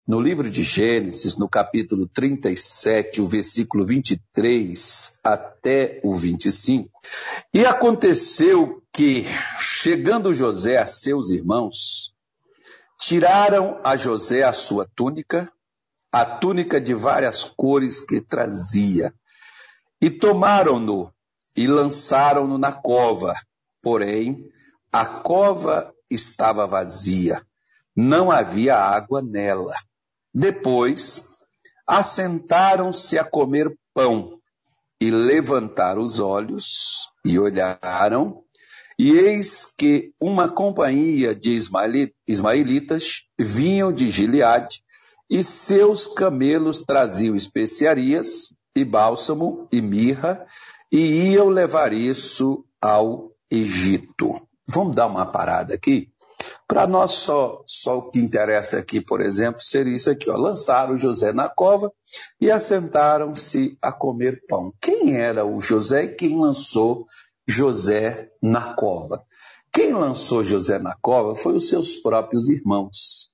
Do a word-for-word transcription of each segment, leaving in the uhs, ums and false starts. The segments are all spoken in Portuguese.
no livro de Gênesis, no capítulo trinta e sete, o versículo vinte e três até o vinte e cinco. E aconteceu que, chegando José a seus irmãos, tiraram a José a sua túnica, a túnica de várias cores que trazia, e tomaram-no e lançaram-no na cova. Porém, a cova estava vazia, não havia água nela. Depois, assentaram-se a comer pão, e levantaram os olhos, e olharam, e eis que uma companhia de ismaelitas vinham de Gileade, e seus camelos traziam especiarias, e bálsamo, e mirra, e iam levar isso ao Egito. Vamos dar uma parada aqui? Para nós, só, só o que interessa aqui, por exemplo, seria isso aqui, ó. Lançaram José na cova e assentaram-se a comer pão. Quem era o José e quem lançou José na cova? Quem lançou José na cova foi os seus próprios irmãos.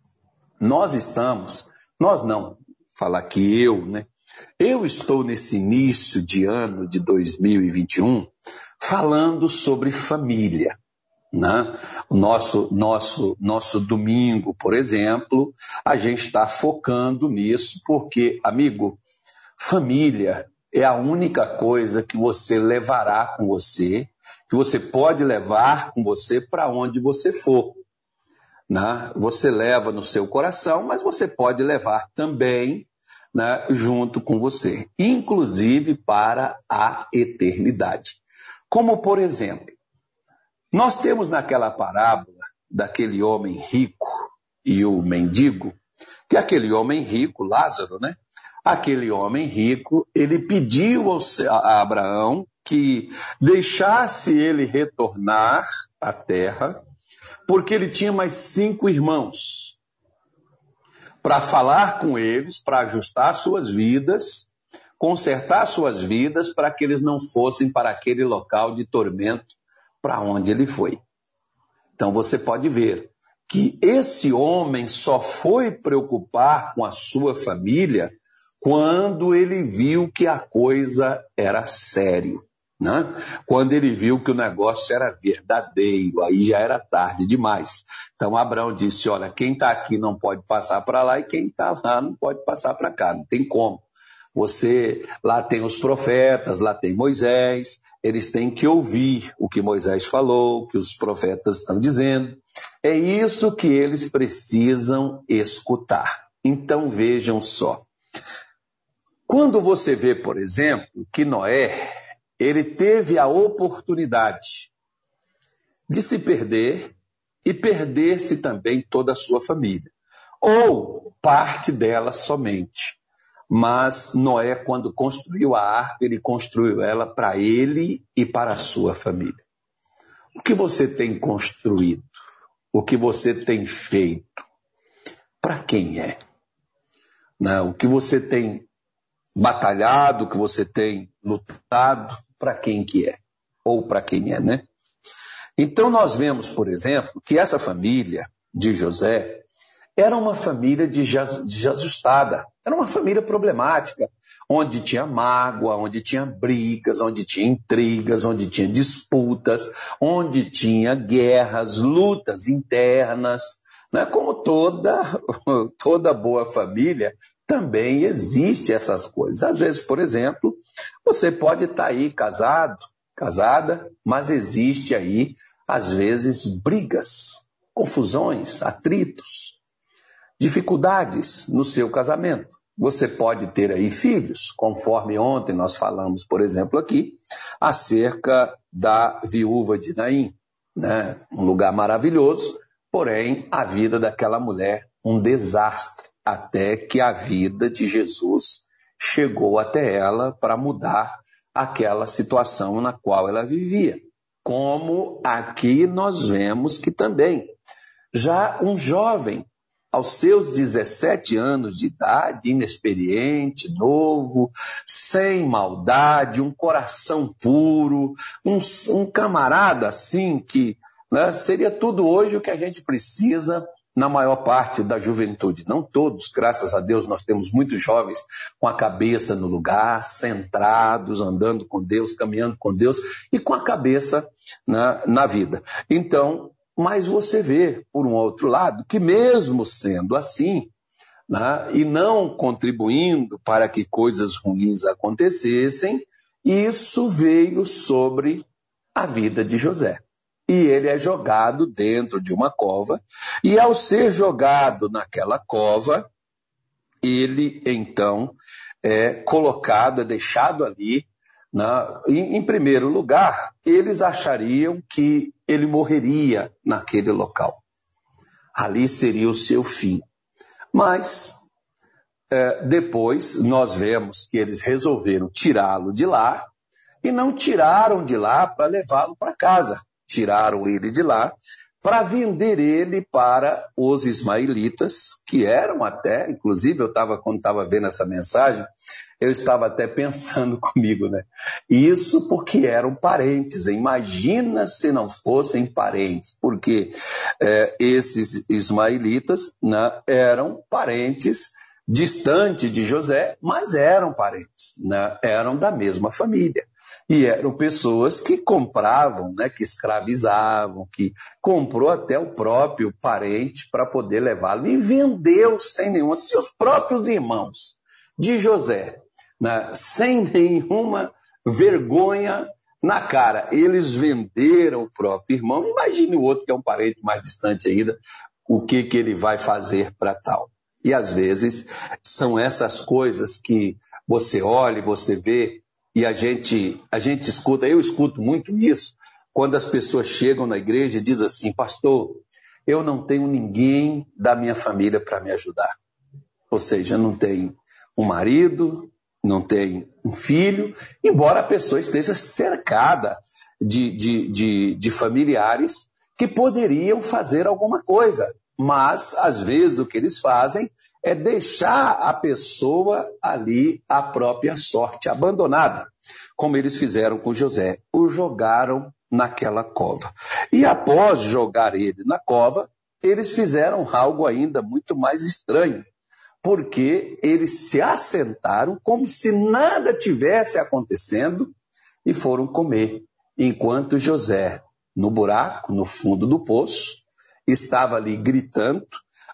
Nós estamos, nós não, falar que eu, né? Eu estou nesse início de ano de dois mil e vinte e um falando sobre família. Né? O nosso, nosso, nosso domingo, por exemplo, a gente está focando nisso porque, amigo, família é a única coisa que você levará com você, que você pode levar com você para onde você for. Né? Você leva no seu coração, mas você pode levar também, né, junto com você, inclusive para a eternidade. Como, por exemplo, nós temos naquela parábola daquele homem rico e o mendigo, que aquele homem rico, Lázaro, né? Aquele homem rico, ele pediu a Abraão que deixasse ele retornar à terra, porque ele tinha mais cinco irmãos, para falar com eles, para ajustar suas vidas, consertar suas vidas, para que eles não fossem para aquele local de tormento para onde ele foi. Então você pode ver que esse homem só foi preocupar com a sua família quando ele viu que a coisa era sério, né? Quando ele viu que o negócio era verdadeiro, aí já era tarde demais. Então Abraão disse, olha, quem está aqui não pode passar para lá e quem está lá não pode passar para cá, não tem como. Você, lá tem os profetas, lá tem Moisés, eles têm que ouvir o que Moisés falou, o que os profetas estão dizendo. É isso que eles precisam escutar. Então vejam só. Quando você vê, por exemplo, que Noé, ele teve a oportunidade de se perder e perder-se também toda a sua família, ou parte dela somente. Mas Noé, quando construiu a arca, ele construiu ela para ele e para a sua família. O que você tem construído? O que você tem feito? Para quem é? Não, o que você tem batalhado, o que você tem lutado, para quem que é? Ou para quem é, né? Então nós vemos, por exemplo, que essa família de José era uma família desajustada, era uma família problemática, onde tinha mágoa, onde tinha brigas, onde tinha intrigas, onde tinha disputas, onde tinha guerras, lutas internas, né? Como toda, toda boa família, também existe essas coisas. Às vezes, por exemplo, você pode estar aí casado, casada, mas existe aí, às vezes, brigas, confusões, atritos, dificuldades no seu casamento. Você pode ter aí filhos, conforme ontem nós falamos, por exemplo, aqui, acerca da viúva de Naim, né? Um lugar maravilhoso, porém a vida daquela mulher um desastre, até que a vida de Jesus chegou até ela para mudar aquela situação na qual ela vivia. Como aqui nós vemos que também, já um jovem, aos seus dezessete anos de idade, inexperiente, novo, sem maldade, um coração puro, um, um camarada assim que, né, seria tudo hoje o que a gente precisa na maior parte da juventude. Não todos, graças a Deus, nós temos muitos jovens com a cabeça no lugar, centrados, andando com Deus, caminhando com Deus e com a cabeça na, na vida. Então, mas você vê, por um outro lado, que mesmo sendo assim, né, e não contribuindo para que coisas ruins acontecessem, isso veio sobre a vida de José. E ele é jogado dentro de uma cova, e ao ser jogado naquela cova, ele então é colocado, é deixado ali. Na, em, em primeiro lugar, eles achariam que ele morreria naquele local. Ali seria o seu fim. Mas é, depois nós vemos que eles resolveram tirá-lo de lá, e não tiraram de lá para levá-lo para casa. Tiraram ele de lá para vender ele para os ismaelitas, que eram até, inclusive eu estava, quando estava vendo essa mensagem, eu estava até pensando comigo, né? Isso porque eram parentes. Imagina se não fossem parentes, porque é, esses ismaelitas, né, eram parentes distantes de José, mas eram parentes, né? Eram da mesma família. E eram pessoas que compravam, né, que escravizavam, que comprou até o próprio parente para poder levá-lo e vendeu sem nenhuma, seus próprios irmãos de José, né, sem nenhuma vergonha na cara. Eles venderam o próprio irmão. Imagine o outro que é um parente mais distante ainda, o que, que ele vai fazer para tal. E às vezes são essas coisas que você olha e você vê. E a gente, a gente escuta, eu escuto muito isso, quando as pessoas chegam na igreja e dizem assim: pastor, eu não tenho ninguém da minha família para me ajudar. Ou seja, não tem um marido, não tem um filho, embora a pessoa esteja cercada de, de, de, de familiares que poderiam fazer alguma coisa. Mas, às vezes, o que eles fazem é deixar a pessoa ali à própria sorte, abandonada, como eles fizeram com José. O jogaram naquela cova. E após jogar ele na cova, eles fizeram algo ainda muito mais estranho, porque eles se assentaram como se nada tivesse acontecendo e foram comer, enquanto José, no buraco, no fundo do poço, estava ali gritando,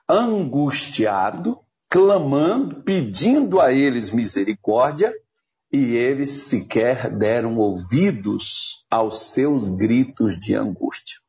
angustiado, clamando, pedindo a eles misericórdia, e eles sequer deram ouvidos aos seus gritos de angústia.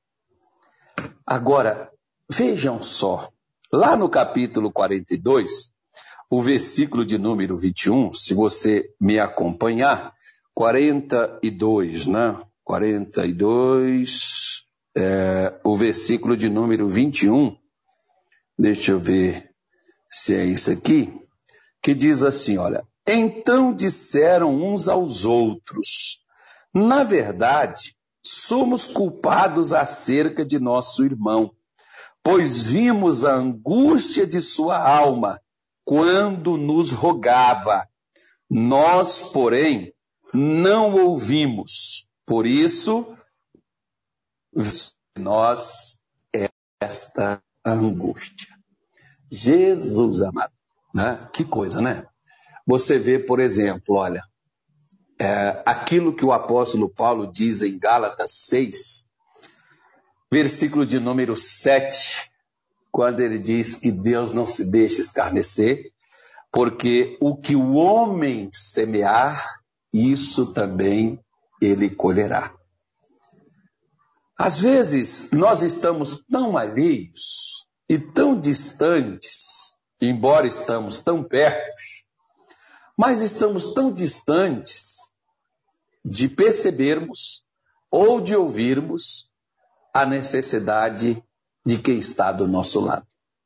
Agora, vejam só, lá no capítulo quarenta e dois, o versículo de número vinte e um, se você me acompanhar, quarenta e dois, né? quarenta e dois... É, o versículo de número vinte e um, deixa eu ver se é isso aqui, que diz assim, olha: então disseram uns aos outros, na verdade, somos culpados acerca de nosso irmão, pois vimos a angústia de sua alma quando nos rogava. Nós, porém, não ouvimos, por isso nós é esta angústia. Jesus amado, né? Que coisa, né? Você vê, por exemplo, olha, é, aquilo que o apóstolo Paulo diz em Gálatas seis, versículo de número sete, quando ele diz que Deus não se deixa escarnecer, porque o que o homem semear, isso também ele colherá. Às vezes, nós estamos tão alheios e tão distantes, embora estamos tão perto, mas estamos tão distantes de percebermos ou de ouvirmos a necessidade de quem está do nosso lado.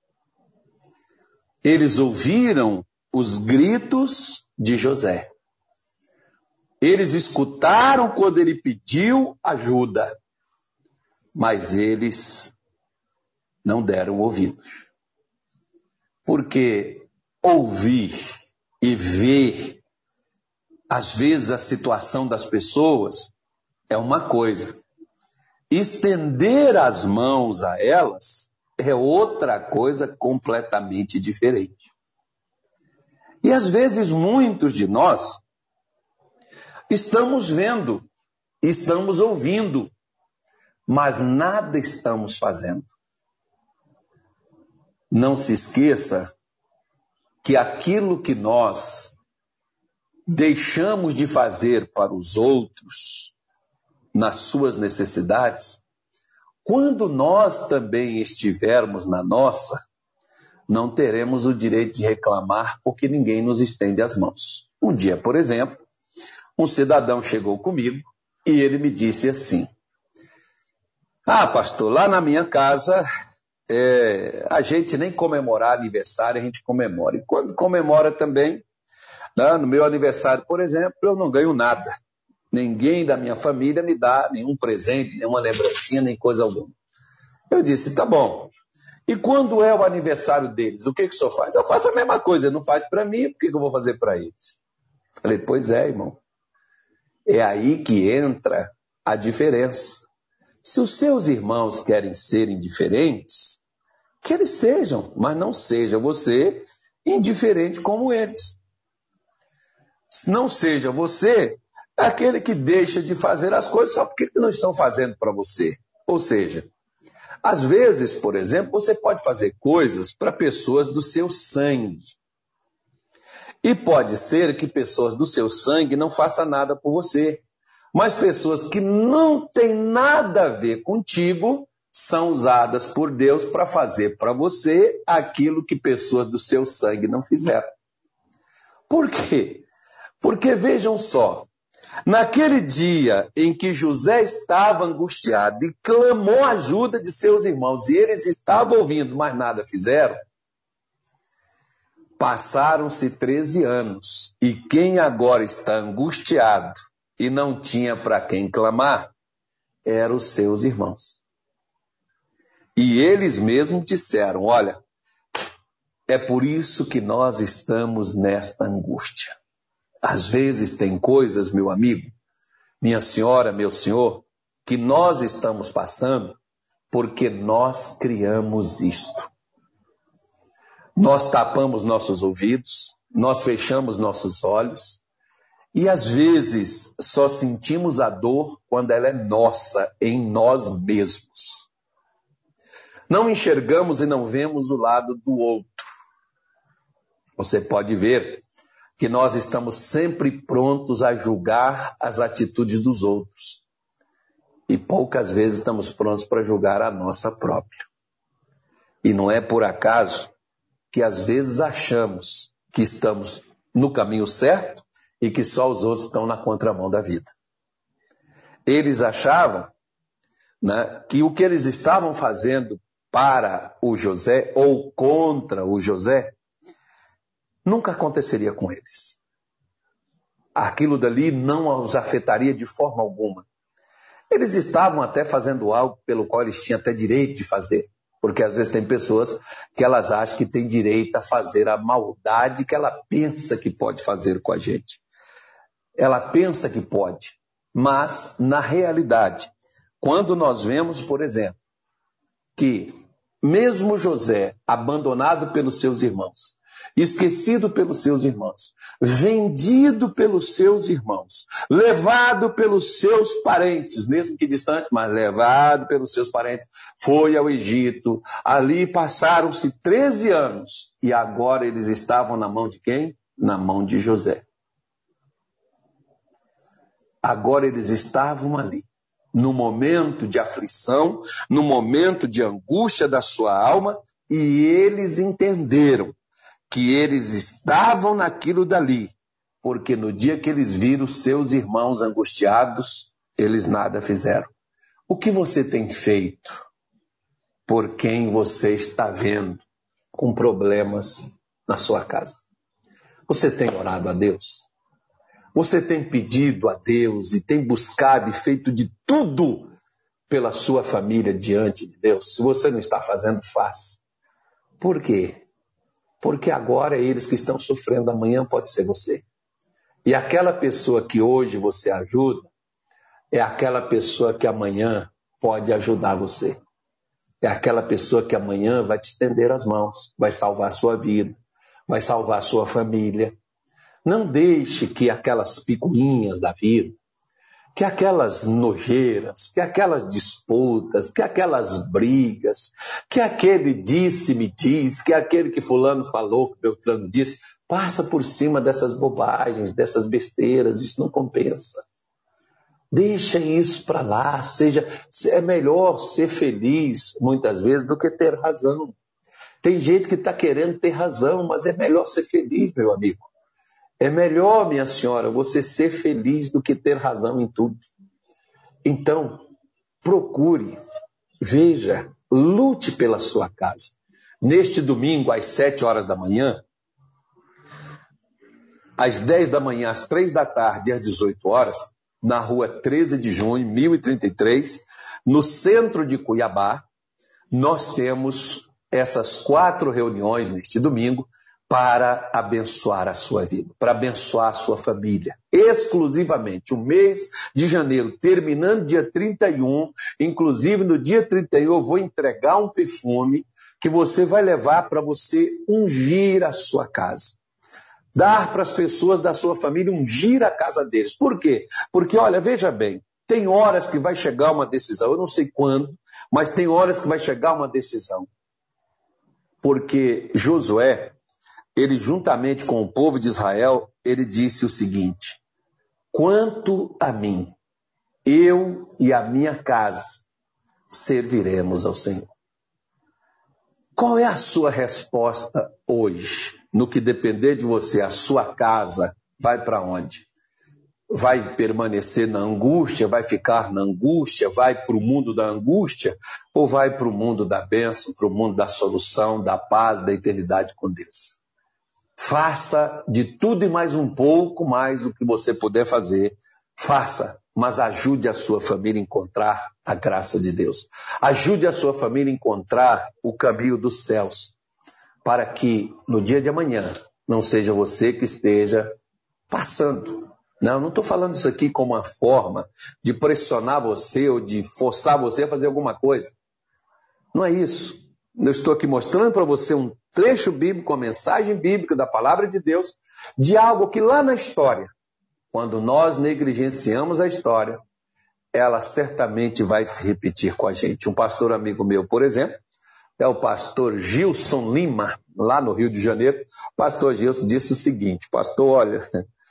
Eles ouviram os gritos de José. Eles escutaram quando ele pediu ajuda. Mas eles não deram ouvidos. Porque ouvir e ver, às vezes, a situação das pessoas é uma coisa. Estender as mãos a elas é outra coisa completamente diferente. E às vezes muitos de nós estamos vendo, estamos ouvindo, mas nada estamos fazendo. Não se esqueça que aquilo que nós deixamos de fazer para os outros, nas suas necessidades, quando nós também estivermos na nossa, não teremos o direito de reclamar porque ninguém nos estende as mãos. Um dia, por exemplo, um cidadão chegou comigo e ele me disse assim: ah, pastor, lá na minha casa, é, a gente nem comemorar aniversário, a gente comemora. E quando comemora também, né, no meu aniversário, por exemplo, eu não ganho nada. Ninguém da minha família me dá nenhum presente, nenhuma lembrancinha, nem coisa alguma. Eu disse, tá bom. E quando é o aniversário deles, o que, que o senhor faz? Eu faço a mesma coisa, ele não faz para mim, por que, que eu vou fazer para eles? Falei, pois é, irmão. É aí que entra a diferença. Se os seus irmãos querem serem diferentes, que eles sejam, mas não seja você indiferente como eles. Não seja você aquele que deixa de fazer as coisas só porque não estão fazendo para você. Ou seja, às vezes, por exemplo, você pode fazer coisas para pessoas do seu sangue. E pode ser que pessoas do seu sangue não façam nada por você. Mas pessoas que não têm nada a ver contigo são usadas por Deus para fazer para você aquilo que pessoas do seu sangue não fizeram. Por quê? Porque vejam só, naquele dia em que José estava angustiado e clamou a ajuda de seus irmãos, e eles estavam ouvindo, mas nada fizeram, passaram-se treze anos, e quem agora está angustiado e não tinha para quem clamar, eram os seus irmãos. E eles mesmos disseram, olha, é por isso que nós estamos nesta angústia. Às vezes tem coisas, meu amigo, minha senhora, meu senhor, que nós estamos passando porque nós criamos isto. Nós tapamos nossos ouvidos, nós fechamos nossos olhos e às vezes só sentimos a dor quando ela é nossa, em nós mesmos. Não enxergamos e não vemos o lado do outro. Você pode ver que nós estamos sempre prontos a julgar as atitudes dos outros. E poucas vezes estamos prontos para julgar a nossa própria. E não é por acaso que às vezes achamos que estamos no caminho certo e que só os outros estão na contramão da vida. Eles achavam, né, que o que eles estavam fazendo para o José ou contra o José nunca aconteceria com eles. Aquilo dali não os afetaria de forma alguma. Eles estavam até fazendo algo pelo qual eles tinham até direito de fazer. Porque às vezes tem pessoas que elas acham que têm direito a fazer a maldade que ela pensa que pode fazer com a gente. Ela pensa que pode. Mas, na realidade, quando nós vemos, por exemplo, que mesmo José, abandonado pelos seus irmãos, esquecido pelos seus irmãos, vendido pelos seus irmãos, levado pelos seus parentes, mesmo que distante, mas levado pelos seus parentes, foi ao Egito, ali passaram-se treze anos, e agora eles estavam na mão de quem? Na mão de José. Agora eles estavam ali, no momento de aflição, no momento de angústia da sua alma, e eles entenderam que eles estavam naquilo dali, porque no dia que eles viram seus irmãos angustiados, eles nada fizeram. O que você tem feito por quem você está vendo com problemas na sua casa? Você tem orado a Deus? Você tem pedido a Deus e tem buscado e feito de tudo pela sua família diante de Deus? Se você não está fazendo, faça. Por quê? Porque agora eles que estão sofrendo, amanhã pode ser você. E aquela pessoa que hoje você ajuda, é aquela pessoa que amanhã pode ajudar você. é aquela pessoa que amanhã vai te estender as mãos, vai salvar a sua vida, vai salvar a sua família. Não deixe que aquelas picuinhas da vida, que aquelas nojeiras, que aquelas disputas, que aquelas brigas, que aquele disse-me diz, que aquele que fulano falou, que Beltrano disse, passa por cima dessas bobagens, dessas besteiras, isso não compensa. Deixa isso para lá, seja, é melhor ser feliz, muitas vezes, do que ter razão. Tem gente que está querendo ter razão, mas é melhor ser feliz, meu amigo. É melhor, minha senhora, você ser feliz do que ter razão em tudo. Então, procure, veja, lute pela sua casa. Neste domingo, às sete horas da manhã, às dez da manhã, às três da tarde e às dezoito horas, na rua treze de junho, mil e trinta e três, no centro de Cuiabá, nós temos essas quatro reuniões neste domingo para abençoar a sua vida, para abençoar a sua família. Exclusivamente, o mês de janeiro, terminando dia trinta e um, inclusive no dia trinta e um eu vou entregar um perfume que você vai levar para você ungir a sua casa. Dar para as pessoas da sua família, ungir a casa deles. Por quê? Porque, olha, veja bem, tem horas que vai chegar uma decisão, eu não sei quando, mas tem horas que vai chegar uma decisão. Porque Josué, ele juntamente com o povo de Israel, ele disse o seguinte: quanto a mim, eu e a minha casa serviremos ao Senhor. Qual é a sua resposta hoje? No que depender de você, a sua casa vai para onde? Vai permanecer na angústia? Vai ficar na angústia? Vai para o mundo da angústia? Ou vai para o mundo da bênção, para o mundo da solução, da paz, da eternidade com Deus? Faça de tudo e mais um pouco mais o que você puder fazer. Faça, mas ajude a sua família a encontrar a graça de Deus. Ajude a sua família a encontrar o caminho dos céus, para que no dia de amanhã não seja você que esteja passando. Não, não estou falando isso aqui como uma forma de pressionar você ou de forçar você a fazer alguma coisa. Não é isso. Eu estou aqui mostrando para você um trecho bíblico, uma mensagem bíblica da palavra de Deus, de algo que lá na história, quando nós negligenciamos a história, ela certamente vai se repetir com a gente. Um pastor amigo meu, por exemplo, é o pastor Gilson Lima, lá no Rio de Janeiro. O pastor Gilson disse o seguinte: pastor, olha,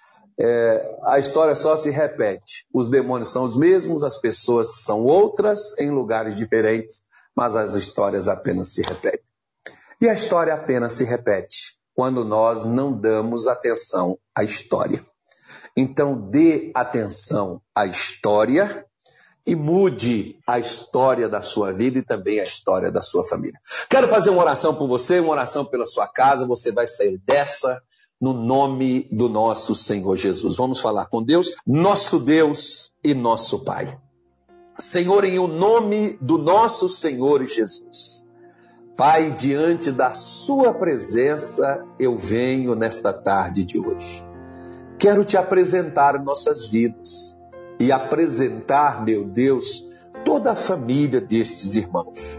é, a história só se repete. Os demônios são os mesmos, as pessoas são outras, em lugares diferentes, mas as histórias apenas se repetem. E a história apenas se repete quando nós não damos atenção à história. Então, dê atenção à história e mude a história da sua vida e também a história da sua família. Quero fazer uma oração por você, uma oração pela sua casa. Você vai sair dessa no nome do nosso Senhor Jesus. Vamos falar com Deus, nosso Deus e nosso Pai. Senhor, em o nome do nosso Senhor Jesus, Pai, diante da sua presença, eu venho nesta tarde de hoje. Quero te apresentar nossas vidas e apresentar, meu Deus, toda a família destes irmãos.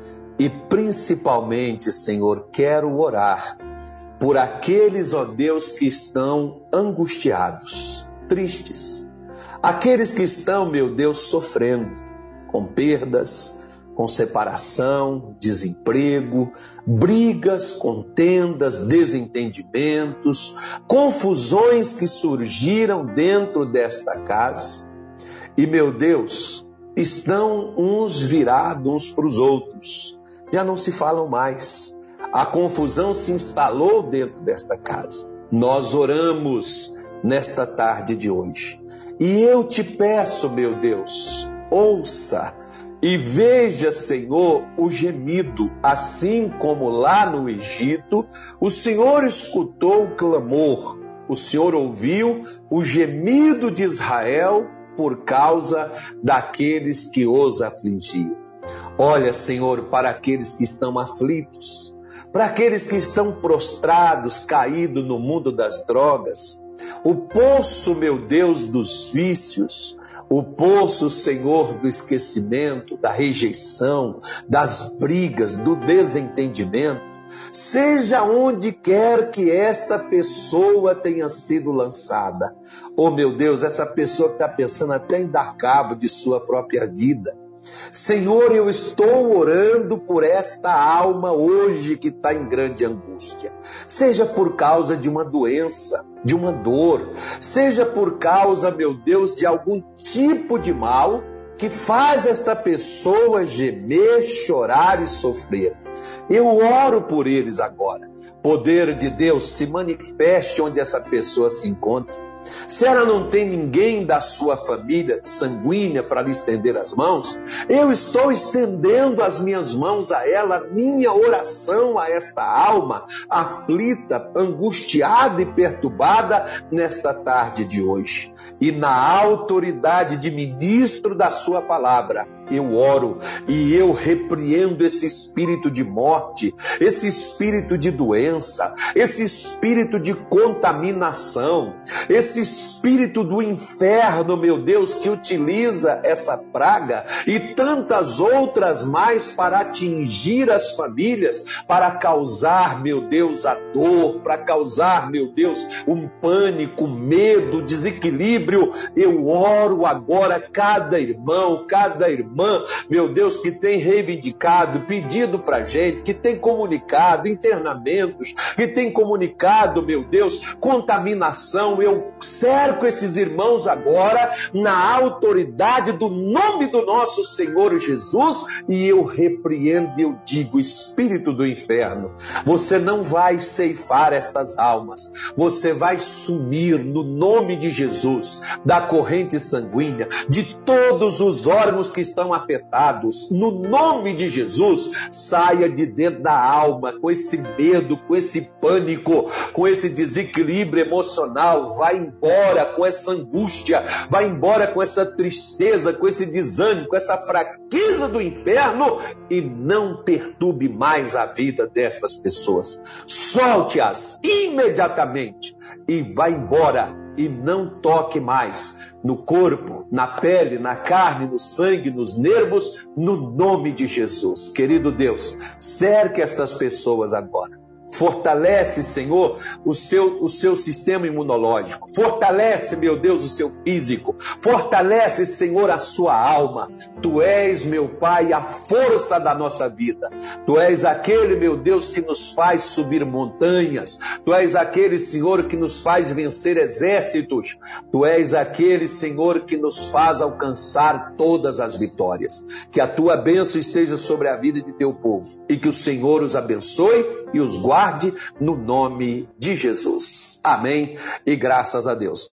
E principalmente, Senhor, quero orar por aqueles, ó Deus, que estão angustiados, tristes. Aqueles que estão, meu Deus, sofrendo com perdas, com separação, desemprego, brigas, contendas, desentendimentos, confusões que surgiram dentro desta casa. E, meu Deus, estão uns virados uns para os outros. Já não se falam mais. A confusão se instalou dentro desta casa. Nós oramos nesta tarde de hoje. E eu te peço, meu Deus, ouça e veja, Senhor, o gemido, assim como lá no Egito, o Senhor escutou o clamor, o Senhor ouviu o gemido de Israel por causa daqueles que os afligiam. Olha, Senhor, para aqueles que estão aflitos, para aqueles que estão prostrados, caídos no mundo das drogas, o poço, meu Deus, dos vícios, o poço, Senhor, do esquecimento, da rejeição, das brigas, do desentendimento, seja onde quer que esta pessoa tenha sido lançada. Oh, meu Deus, essa pessoa que está pensando até em dar cabo de sua própria vida. Senhor, eu estou orando por esta alma hoje que está em grande angústia. Seja por causa de uma doença, de uma dor, seja por causa, meu Deus, de algum tipo de mal que faz esta pessoa gemer, chorar e sofrer. Eu oro por eles agora. Poder de Deus se manifeste onde essa pessoa se encontra. Se ela não tem ninguém da sua família sanguínea para lhe estender as mãos, eu estou estendendo as minhas mãos a ela, minha oração a esta alma aflita, angustiada e perturbada nesta tarde de hoje. E na autoridade de ministro da sua palavra, eu oro e eu repreendo esse espírito de morte, esse espírito de doença, esse espírito de contaminação, esse espírito do inferno, meu Deus, que utiliza essa praga e tantas outras mais para atingir as famílias, para causar, meu Deus, a dor, para causar, meu Deus, um pânico, medo, desequilíbrio. Eu oro agora cada irmão, cada irmã, meu Deus, que tem reivindicado, pedido para gente, que tem comunicado internamentos, que tem comunicado, meu Deus, contaminação. Eu cerco esses irmãos agora na autoridade do nome do nosso Senhor Jesus e eu repreendo e eu digo, espírito do inferno, você não vai ceifar estas almas, você vai sumir no nome de Jesus da corrente sanguínea, de todos os órgãos que estão afetados, no nome de Jesus. Saia de dentro da alma com esse medo, com esse pânico, com esse desequilíbrio emocional. Vai embora com essa angústia, vai embora com essa tristeza, com esse desânimo, com essa fraqueza do inferno e não perturbe mais a vida destas pessoas. Solte-as imediatamente e vai embora. E não toque mais no corpo, na pele, na carne, no sangue, nos nervos, no nome de Jesus. Querido Deus, cerque estas pessoas agora. Fortalece, Senhor, o seu, o seu sistema imunológico. Fortalece, meu Deus, o seu físico. Fortalece, Senhor, a sua alma. Tu és, meu Pai, a força da nossa vida. Tu és aquele, meu Deus, que nos faz subir montanhas. Tu és aquele, Senhor, que nos faz vencer exércitos. Tu és aquele, Senhor, que nos faz alcançar todas as vitórias. Que a tua bênção esteja sobre a vida de teu povo. E que o Senhor os abençoe e os guarde no nome de Jesus. Amém e graças a Deus.